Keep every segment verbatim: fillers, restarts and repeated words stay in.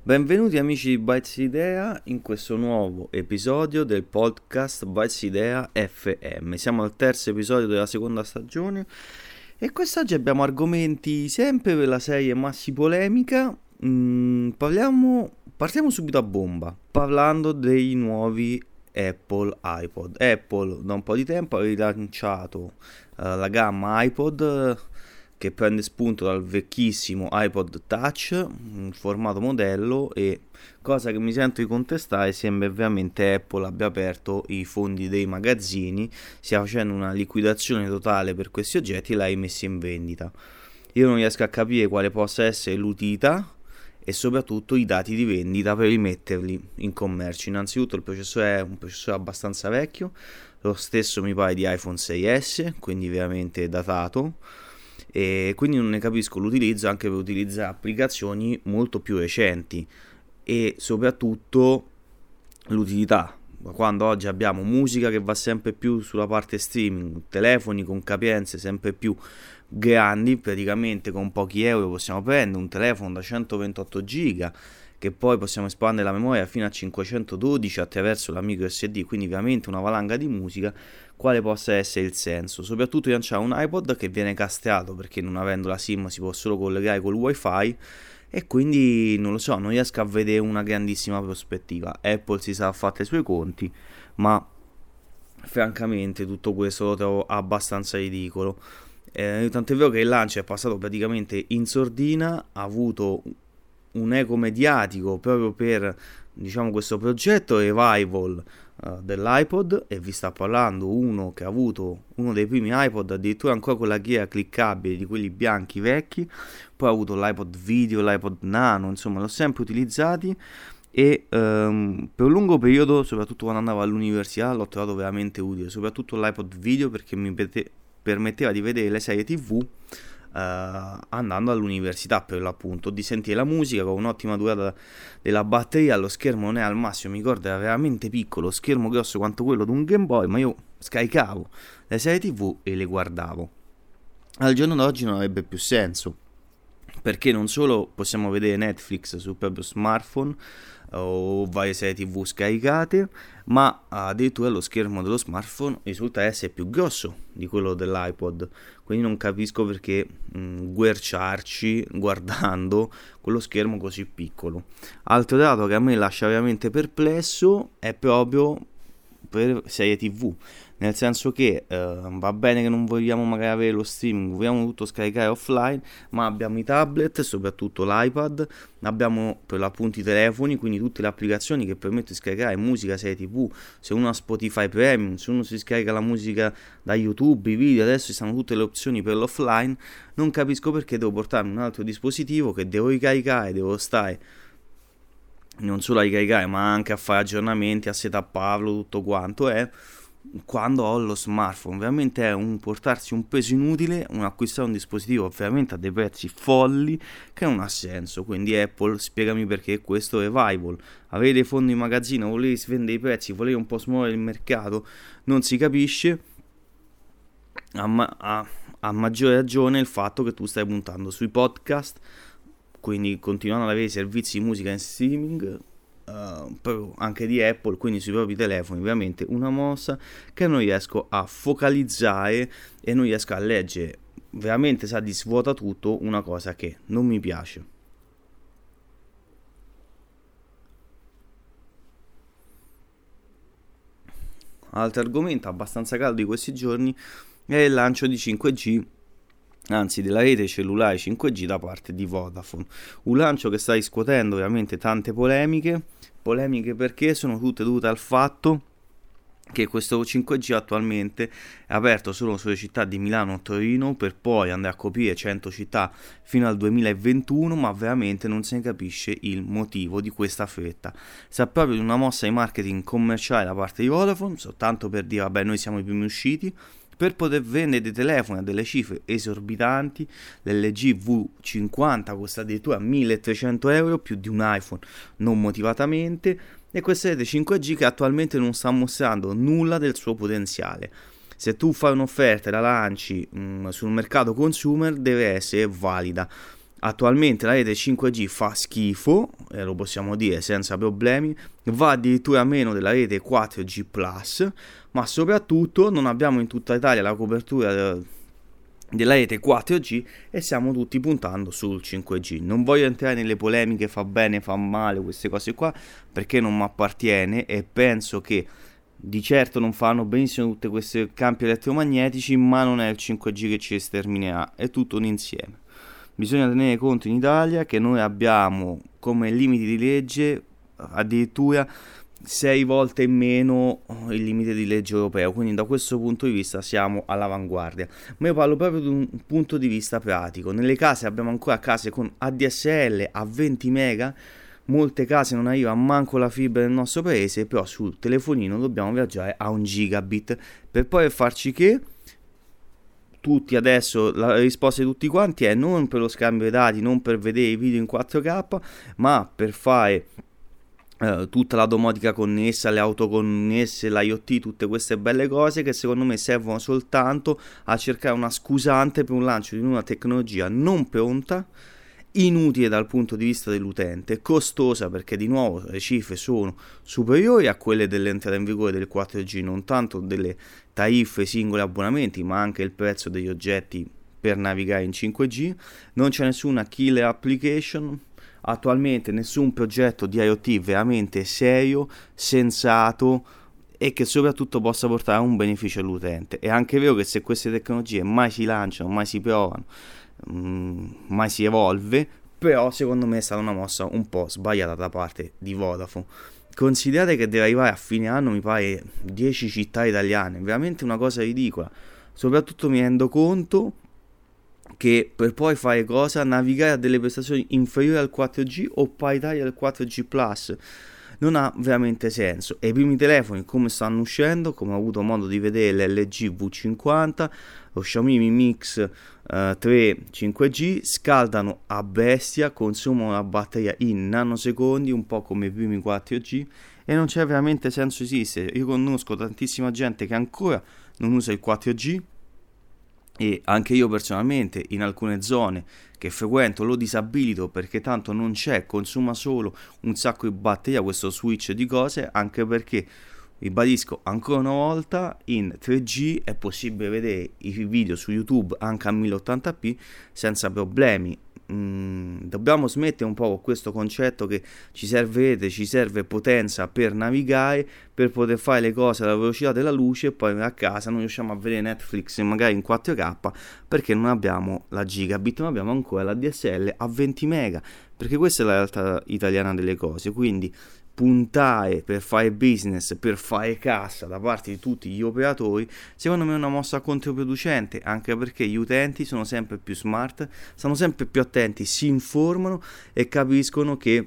Benvenuti amici di Bytes Idea in questo nuovo episodio del podcast Bytes Idea F M. Siamo al terzo episodio della seconda stagione e quest'oggi abbiamo argomenti sempre per la serie Massi Polemica. Mm, parliamo, partiamo subito a bomba, parlando dei nuovi Apple iPod. Apple da un po' di tempo ha rilanciato uh, la gamma iPod che prende spunto dal vecchissimo iPod Touch, un formato modello, e cosa che mi sento di contestare, sembra veramente Apple abbia aperto i fondi dei magazzini, stia facendo una liquidazione totale per questi oggetti e l'ha messi in vendita. Io non riesco a capire quale possa essere l'utilità e soprattutto i dati di vendita per rimetterli in commercio. Innanzitutto il processore è un processore abbastanza vecchio, lo stesso mi pare di iPhone sei S, quindi veramente datato, e quindi non ne capisco l'utilizzo anche per utilizzare applicazioni molto più recenti e soprattutto l'utilità. Quando oggi abbiamo musica che va sempre più sulla parte streaming, telefoni con capienze sempre più grandi, praticamente con pochi euro possiamo prendere un telefono da centoventotto giga che poi possiamo espandere la memoria fino a cinquecentododici attraverso la micro S D, quindi veramente una valanga di musica. Quale possa essere il senso? Soprattutto lanciare un iPod che viene castrato, perché non avendo la SIM si può solo collegare col wifi, e quindi non lo so, non riesco a vedere una grandissima prospettiva. Apple si sarà fatta i suoi conti, ma francamente tutto questo lo trovo abbastanza ridicolo. Eh, tant'è vero che il lancio è passato praticamente in sordina, ha avuto un eco mediatico proprio per, diciamo, questo progetto revival uh, dell'iPod, e vi sta parlando uno che ha avuto uno dei primi iPod addirittura ancora con la ghiera cliccabile, di quelli bianchi vecchi, poi ha avuto l'iPod video, l'iPod nano, insomma l'ho sempre utilizzati e um, per un lungo periodo, soprattutto quando andavo all'università, l'ho trovato veramente utile, soprattutto l'iPod video perché mi pete- permetteva di vedere le serie tv Uh, andando all'università, per l'appunto, di sentire la musica con un'ottima durata della batteria. Lo schermo non è al massimo, mi ricordo era veramente piccolo, schermo grosso quanto quello di un Game Boy, ma io scaricavo le serie tv e le guardavo. Al giorno d'oggi non avrebbe più senso, perché non solo possiamo vedere Netflix sul proprio smartphone o varie serie tv scaricate, ma addirittura lo schermo dello smartphone risulta essere più grosso di quello dell'iPod, quindi non capisco perché mh, guerciarci guardando quello schermo così piccolo. Altro dato che a me lascia veramente perplesso è proprio per serie tv, nel senso che eh, va bene che non vogliamo magari avere lo streaming, vogliamo tutto scaricare offline, ma abbiamo i tablet, soprattutto l'iPad, abbiamo per l'appunto i telefoni, quindi tutte le applicazioni che permettono di scaricare musica, serie tv. Se uno ha Spotify Premium, se uno si scarica la musica da YouTube, i video, adesso ci stanno tutte le opzioni per l'offline. Non capisco perché devo portarmi un altro dispositivo che devo ricaricare, devo stare non solo a ricaricare ma anche a fare aggiornamenti, a setapparlo, tutto quanto è, quando ho lo smartphone. Veramente è un portarsi un peso inutile, un acquistare un dispositivo veramente a dei prezzi folli che non ha senso. Quindi Apple, spiegami perché questo revival, avere dei fondi in magazzino, volevi svendere i prezzi, volevi un po' smuovere il mercato, non si capisce. A, ma- a, a maggior ragione il fatto che tu stai puntando sui podcast, quindi continuando ad avere servizi di musica in streaming uh, anche di Apple, quindi sui propri telefoni. Veramente una mossa che non riesco a focalizzare e non riesco a leggere. Veramente sa di svuota tutto, una cosa che non mi piace. Altro argomento abbastanza caldo di questi giorni è il lancio di cinque G, anzi della rete cellulare cinque G da parte di Vodafone. Un lancio che sta riscuotendo veramente tante polemiche, polemiche perché sono tutte dovute al fatto che questo cinque G attualmente è aperto solo sulle città di Milano e Torino, per poi andare a coprire cento città fino al duemilaventuno, ma veramente non se ne capisce il motivo di questa fretta. Sta proprio di una mossa di marketing commerciale da parte di Vodafone, soltanto per dire vabbè, noi siamo i primi usciti, per poter vendere dei telefoni a delle cifre esorbitanti. L'L G V cinquanta costa addirittura milletrecento euro, più di un iPhone, non motivatamente, e questa rete cinque G che attualmente non sta mostrando nulla del suo potenziale. Se tu fai un'offerta e la lanci mh, sul mercato consumer, deve essere valida. Attualmente la rete cinque G fa schifo, e lo possiamo dire senza problemi, va addirittura a meno della rete quattro G plus, ma soprattutto non abbiamo in tutta Italia la copertura della rete quattro G e stiamo tutti puntando sul cinque G. Non voglio entrare nelle polemiche, fa bene, fa male, queste cose qua, perché non mi appartiene, e penso che di certo non fanno benissimo tutti questi campi elettromagnetici, ma non è il cinque G che ci sterminerà, è tutto un insieme. Bisogna tenere conto in Italia che noi abbiamo come limiti di legge addirittura sei volte in meno il limite di legge europeo, quindi da questo punto di vista siamo all'avanguardia. Ma io parlo proprio di un punto di vista pratico. Nelle case abbiamo ancora case con A D S L a venti mega, molte case non arriva manco la fibra nel nostro paese, però sul telefonino dobbiamo viaggiare a un gigabit per poi farci che tutti adesso, la risposta di tutti quanti è non per lo scambio dei dati, non per vedere i video in quattro K, ma per fare eh, tutta la domotica connessa, le auto connesse, l'IoT, tutte queste belle cose che secondo me servono soltanto a cercare una scusante per un lancio di una tecnologia non pronta, inutile dal punto di vista dell'utente, costosa perché di nuovo le cifre sono superiori a quelle dell'entrata in vigore del quattro G, non tanto delle tariffe singoli abbonamenti ma anche il prezzo degli oggetti per navigare in cinque G. Non c'è nessuna killer application attualmente, nessun progetto di IoT veramente serio, sensato e che soprattutto possa portare un beneficio all'utente. È anche vero che se queste tecnologie mai si lanciano, mai si provano, mai si evolve, però secondo me è stata una mossa un po' sbagliata da parte di Vodafone. Considerate che deve arrivare a fine anno mi pare dieci città italiane, veramente una cosa ridicola. Soprattutto mi rendo conto che per poi fare cosa? Navigare a delle prestazioni inferiori al quattro G o paritari al quattro G plus. Non ha veramente senso. E i primi telefoni come stanno uscendo, come ho avuto modo di vedere, l'L G V cinquanta, lo Xiaomi Mi Mix uh, tre cinque G, scaldano a bestia, consumano la batteria in nanosecondi, un po' come i primi quattro G, e non c'è veramente senso esistere. Io conosco tantissima gente che ancora non usa il quattro G, e anche io personalmente in alcune zone che frequento lo disabilito perché tanto non c'è, consuma solo un sacco di batteria questo switch di cose, anche perché ribadisco ancora una volta in tre G è possibile vedere i video su YouTube anche a mille ottanta p senza problemi. Mm, dobbiamo smettere un po' con questo concetto che ci serve rete, ci serve potenza per navigare, per poter fare le cose alla velocità della luce, e poi a casa non riusciamo a vedere Netflix magari in quattro K perché non abbiamo la gigabit, ma abbiamo ancora la D S L a venti mega, perché questa è la realtà italiana delle cose. Quindi puntare per fare business, per fare cassa da parte di tutti gli operatori, secondo me è una mossa controproducente, anche perché gli utenti sono sempre più smart, stanno sempre più attenti, si informano e capiscono che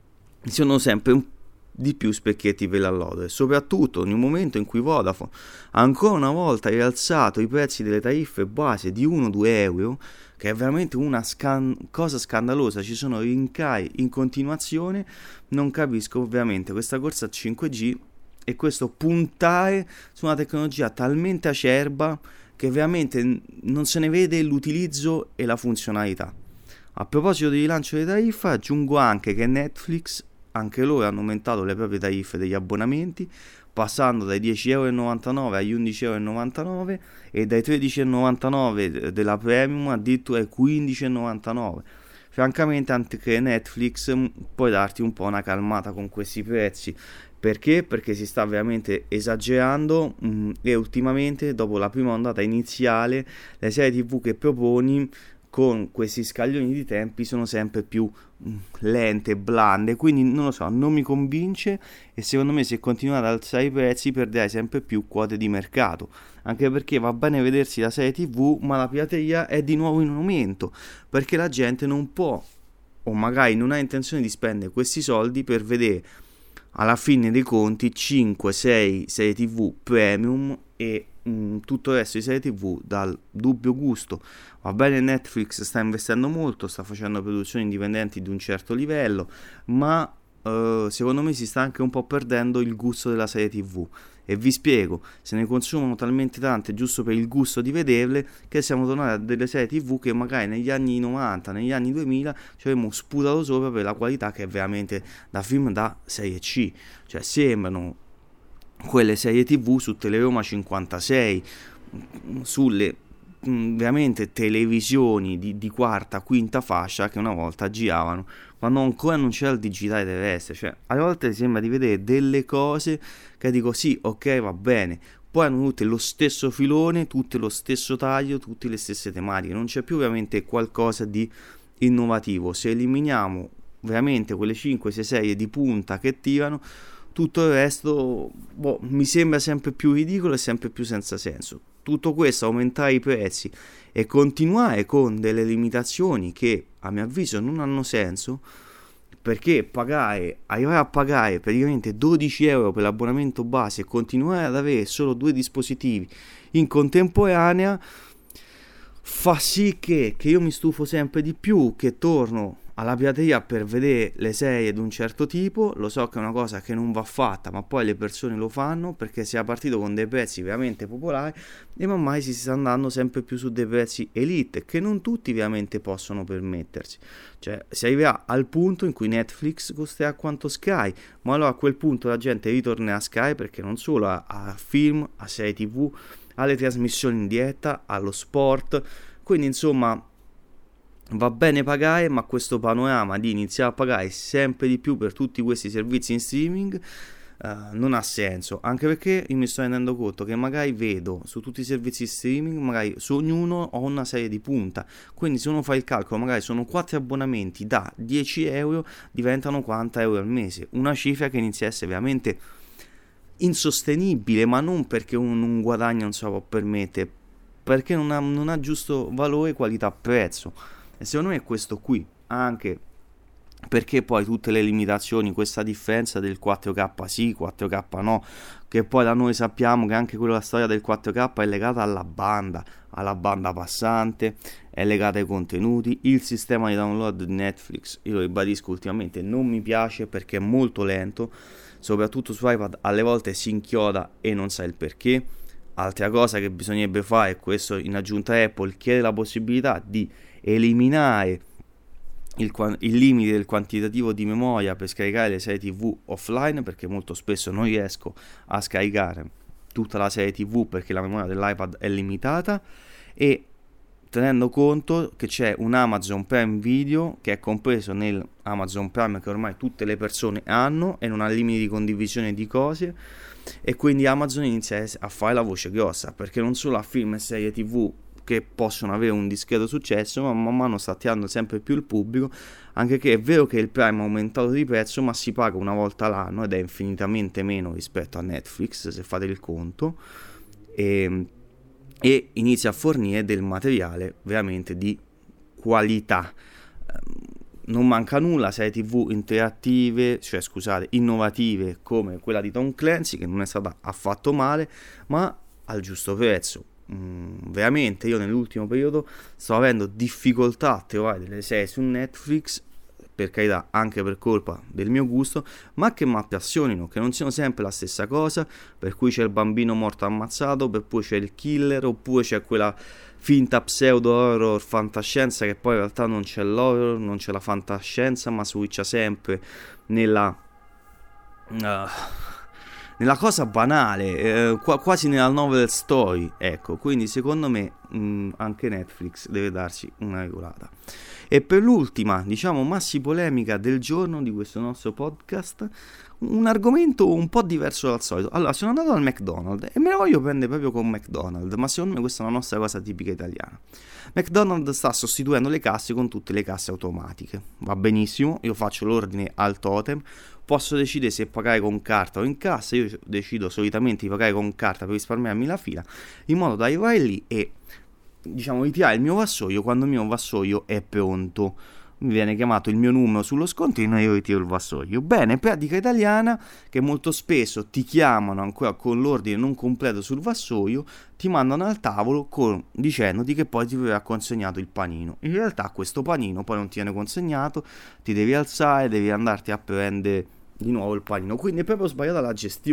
sono sempre un di più specchietti per l'allodere, soprattutto in un momento in cui Vodafone ancora una volta ha rialzato i prezzi delle tariffe base di uno due euro, che è veramente una scan- cosa scandalosa. Ci sono rincari in continuazione. Non capisco ovviamente questa corsa a cinque G e questo puntare su una tecnologia talmente acerba che veramente non se ne vede l'utilizzo e la funzionalità. A proposito di rilancio delle tariffe, aggiungo anche che Netflix, anche loro hanno aumentato le proprie tariffe degli abbonamenti, passando dai dieci virgola novantanove agli undici virgola novantanove e dai tredici virgola novantanove della Premium addirittura ai quindici virgola novantanove. Francamente anche Netflix puoi darti un po' una calmata con questi prezzi. Perché? Perché si sta veramente esagerando mh, e ultimamente, dopo la prima ondata iniziale, le serie tv che proponi con questi scaglioni di tempi sono sempre più mh, lente, blande, quindi non lo so, non mi convince, e secondo me se continuate ad alzare i prezzi perderai sempre più quote di mercato, anche perché va bene vedersi la serie tv, ma la pirateria è di nuovo in aumento, perché la gente non può, o magari non ha intenzione di spendere questi soldi per vedere alla fine dei conti cinque sei serie tv premium e mh, tutto il resto di serie tv dal dubbio gusto. Va bene, Netflix sta investendo molto, sta facendo produzioni indipendenti di un certo livello, ma eh, secondo me si sta anche un po' perdendo il gusto della serie tv, e vi spiego, se ne consumano talmente tante giusto per il gusto di vederle, che siamo tornati a delle serie tv che magari negli anni novanta, negli anni duemila ci abbiamo sputato sopra per la qualità che è veramente da film da serie C, cioè sembrano quelle serie tv su Teleroma cinquantasei, sulle mh, veramente televisioni di, di quarta, quinta fascia che una volta giravano quando ancora non c'era il digitale terrestre. Cioè alle volte sembra di vedere delle cose che dico sì, ok, va bene, poi hanno tutte lo stesso filone, tutte lo stesso taglio, tutte le stesse tematiche, non c'è più veramente qualcosa di innovativo. Se eliminiamo veramente quelle cinque sei serie di punta che tirano, tutto il resto boh, mi sembra sempre più ridicolo e sempre più senza senso. Tutto questo, aumentare i prezzi e continuare con delle limitazioni che a mio avviso non hanno senso, perché pagare, arrivare a pagare praticamente dodici euro per l'abbonamento base e continuare ad avere solo due dispositivi in contemporanea fa sì che, che io mi stufo sempre di più, che torno alla pirateria per vedere le serie di un certo tipo. Lo so che è una cosa che non va fatta, ma poi le persone lo fanno perché si è partito con dei prezzi veramente popolari e man mano si sta andando sempre più su dei prezzi elite che non tutti veramente possono permettersi. Cioè si arriverà al punto in cui Netflix costerà quanto Sky, ma allora a quel punto la gente ritornerà a Sky perché non solo a, a film, a serie tv, alle trasmissioni in diretta, allo sport. Quindi insomma va bene pagare, ma questo panorama di iniziare a pagare sempre di più per tutti questi servizi in streaming uh, non ha senso, anche perché io mi sto rendendo conto che magari vedo su tutti i servizi streaming, magari su ognuno ho una serie di punta, quindi se uno fa il calcolo magari sono quattro abbonamenti da dieci euro, diventano quaranta euro al mese, una cifra che inizia a essere veramente insostenibile, ma non perché uno non guadagna, non se la può permettere, perché non ha, non ha giusto valore qualità-prezzo. E secondo me è questo qui, anche perché poi tutte le limitazioni, questa differenza del quattro K sì, quattro K no, che poi da noi sappiamo che anche quella storia del quattro K è legata alla banda, alla banda passante, è legata ai contenuti. Il sistema di download di Netflix, io lo ribadisco ultimamente, non mi piace perché è molto lento, soprattutto su iPad alle volte si inchioda e non sa il perché. Altra cosa che bisognerebbe fare, questo in aggiunta a Apple, chiede la possibilità di eliminare il, il limite del quantitativo di memoria per scaricare le serie tv offline, perché molto spesso non riesco a scaricare tutta la serie tv perché la memoria dell'iPad è limitata, e tenendo conto che c'è un Amazon Prime Video che è compreso nel Amazon Prime che ormai tutte le persone hanno e non ha limiti di condivisione di cose, e quindi Amazon inizia a fare la voce grossa perché non solo ha film e serie tv che possono avere un discreto successo, ma man mano sta attirando sempre più il pubblico, anche che è vero che il Prime ha aumentato di prezzo, ma si paga una volta l'anno ed è infinitamente meno rispetto a Netflix, se fate il conto, e, e inizia a fornire del materiale veramente di qualità. Non manca nulla, serie tv interattive, cioè scusate, innovative come quella di Tom Clancy, che non è stata affatto male, ma al giusto prezzo. Mm, veramente io nell'ultimo periodo sto avendo difficoltà a trovare delle serie su Netflix, per carità anche per colpa del mio gusto, ma che mi appassionino, che non siano sempre la stessa cosa, per cui c'è il bambino morto ammazzato, per cui c'è il killer, oppure c'è quella finta pseudo horror fantascienza che poi in realtà non c'è l'horror, non c'è la fantascienza, ma switcha sempre nella uh, nella cosa banale, eh, qua, quasi nella novel story, ecco. Quindi secondo me mh, anche Netflix deve darci una regolata. E per l'ultima, diciamo, massi polemica del giorno di questo nostro podcast, un argomento un po' diverso dal solito. Allora, sono andato al McDonald's e me la voglio prendere proprio con McDonald's, ma secondo me questa è una nostra cosa tipica italiana. McDonald's sta sostituendo le casse con tutte le casse automatiche. Va benissimo, io faccio l'ordine al totem, posso decidere se pagare con carta o in cassa. Io decido solitamente di pagare con carta per risparmiarmi la fila, in modo da arrivare lì e, diciamo, ritirare il mio vassoio quando il mio vassoio è pronto. Mi viene chiamato il mio numero sullo scontrino e io ritiro il vassoio. Bene, pratica italiana che molto spesso ti chiamano ancora con l'ordine non completo sul vassoio, ti mandano al tavolo con, dicendoti che poi ti verrà consegnato il panino. In realtà questo panino poi non ti viene consegnato, ti devi alzare, devi andarti a prendere di nuovo il panino, quindi è proprio sbagliata la gestione.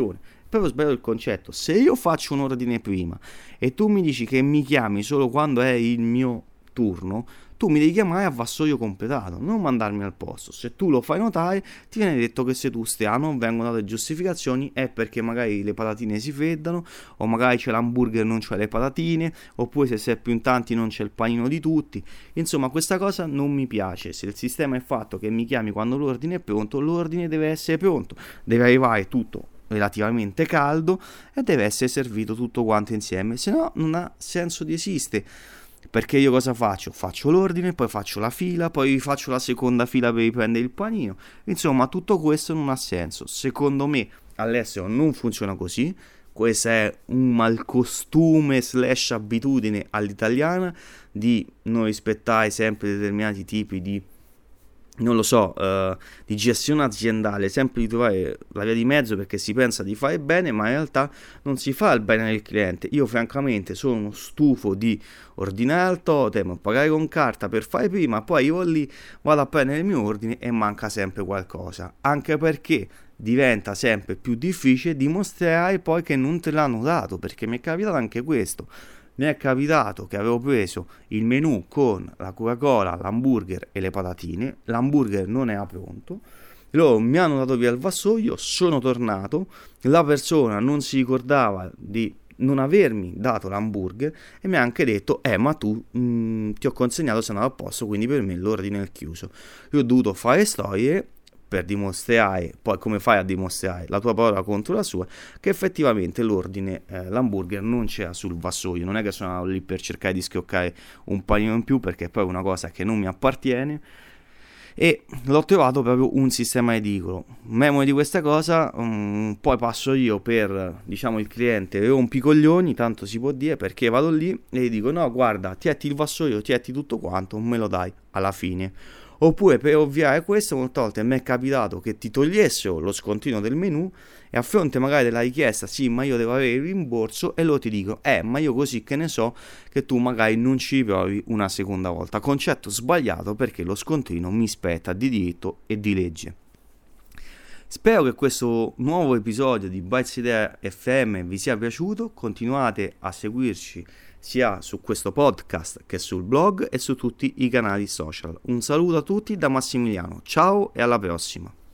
Proprio sbagliato il concetto. Se io faccio un ordine prima e tu mi dici che mi chiami solo quando è il mio turno, tu mi devi chiamare a vassoio completato, non mandarmi al posto. Se tu lo fai notare, ti viene detto che se tu stai a non vengono date giustificazioni, è perché magari le patatine si freddano, o magari c'è l'hamburger e non c'è le patatine, oppure se sei più in tanti non c'è il panino di tutti. Insomma, questa cosa non mi piace. Se il sistema è fatto che mi chiami quando l'ordine è pronto, l'ordine deve essere pronto, deve arrivare tutto relativamente caldo e deve essere servito tutto quanto insieme, se no non ha senso di esistere. Perché io cosa faccio? Faccio l'ordine, poi faccio la fila, poi faccio la seconda fila per riprendere il panino. Insomma, tutto questo non ha senso. Secondo me all'estero non funziona così. Questo è un malcostume slash abitudine all'italiana di non rispettare sempre determinati tipi di, non lo so, uh, di gestione aziendale, sempre di trovare la via di mezzo perché si pensa di fare bene, ma in realtà non si fa il bene del cliente. Io francamente sono uno stufo di ordinare al totem, pagare con carta per fare prima, poi io lì vado a prendere il mio ordine e manca sempre qualcosa, anche perché diventa sempre più difficile dimostrare poi che non te l'hanno dato, perché mi è capitato anche questo. Mi è capitato che avevo preso il menù con la Coca-Cola, l'hamburger e le patatine, l'hamburger non era pronto, loro mi hanno dato via il vassoio, sono tornato, la persona non si ricordava di non avermi dato l'hamburger e mi ha anche detto eh ma tu mh, ti ho consegnato, sei andato a posto, quindi per me l'ordine è chiuso. Io ho dovuto fare storie per dimostrare, poi come fai a dimostrare la tua parola contro la sua, che effettivamente l'ordine, eh, l'hamburger non c'era sul vassoio. Non è che sono andato lì per cercare di schioccare un panino in più, perché poi è una cosa che non mi appartiene, e l'ho trovato proprio un sistema ridicolo. Memore di questa cosa, um, poi passo io per, diciamo, il cliente rompicoglioni, tanto si può dire, perché vado lì e gli dico no guarda, tienti il vassoio, tienti tutto quanto, me lo dai alla fine. Oppure, per ovviare questo, molte volte mi è capitato che ti togliessero lo scontrino del menù e a fronte magari della richiesta sì ma io devo avere il rimborso, e loro ti dicono eh ma io così che ne so che tu magari non ci provi una seconda volta. Concetto sbagliato, perché lo scontrino mi spetta di diritto e di legge. Spero che questo nuovo episodio di Bytes Idea F M vi sia piaciuto. Continuate a seguirci sia su questo podcast che sul blog e su tutti i canali social. Un saluto a tutti da Massimiliano, ciao e alla prossima.